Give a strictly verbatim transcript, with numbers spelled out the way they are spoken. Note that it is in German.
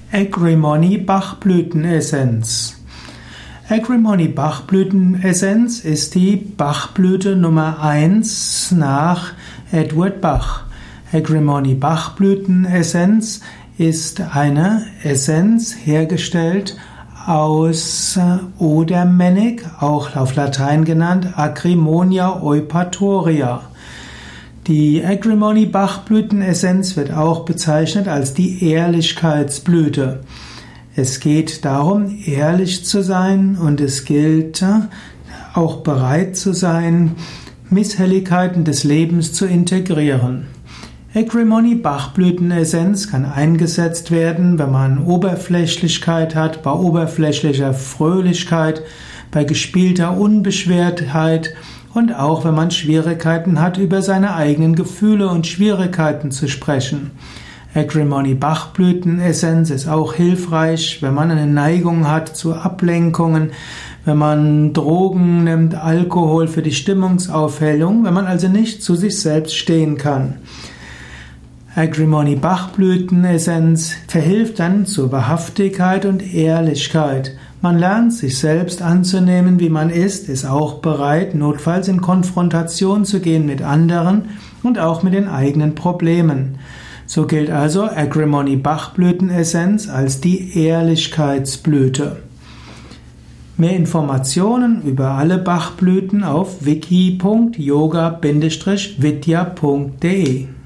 Agrimony Bachblütenessenz. Agrimony Bachblütenessenz ist die Bachblüte Nummer eins nach Edward Bach. Agrimony Bachblütenessenz ist eine Essenz hergestellt aus Odermennig, auch auf Latein genannt Acrimonia eupatoria. Die Agrimony Bachblütenessenz wird auch bezeichnet als die Ehrlichkeitsblüte. Es geht darum, ehrlich zu sein, und es gilt auch bereit zu sein, Misshelligkeiten des Lebens zu integrieren. Agrimony Bachblütenessenz kann eingesetzt werden, wenn man Oberflächlichkeit hat, bei oberflächlicher Fröhlichkeit, bei gespielter Unbeschwertheit und auch wenn man Schwierigkeiten hat, über seine eigenen Gefühle und Schwierigkeiten zu sprechen. Agrimony Bachblütenessenz ist auch hilfreich, wenn man eine Neigung hat zu Ablenkungen, wenn man Drogen nimmt, Alkohol für die Stimmungsaufhellung, wenn man also nicht zu sich selbst stehen kann. Agrimony Bachblütenessenz verhilft dann zur Wahrhaftigkeit und Ehrlichkeit. Man lernt, sich selbst anzunehmen, wie man ist, ist auch bereit, notfalls in Konfrontation zu gehen mit anderen und auch mit den eigenen Problemen. So gilt also Agrimony Bachblütenessenz als die Ehrlichkeitsblüte. Mehr Informationen über alle Bachblüten auf wiki punkt yoga bindestrich vidya punkt de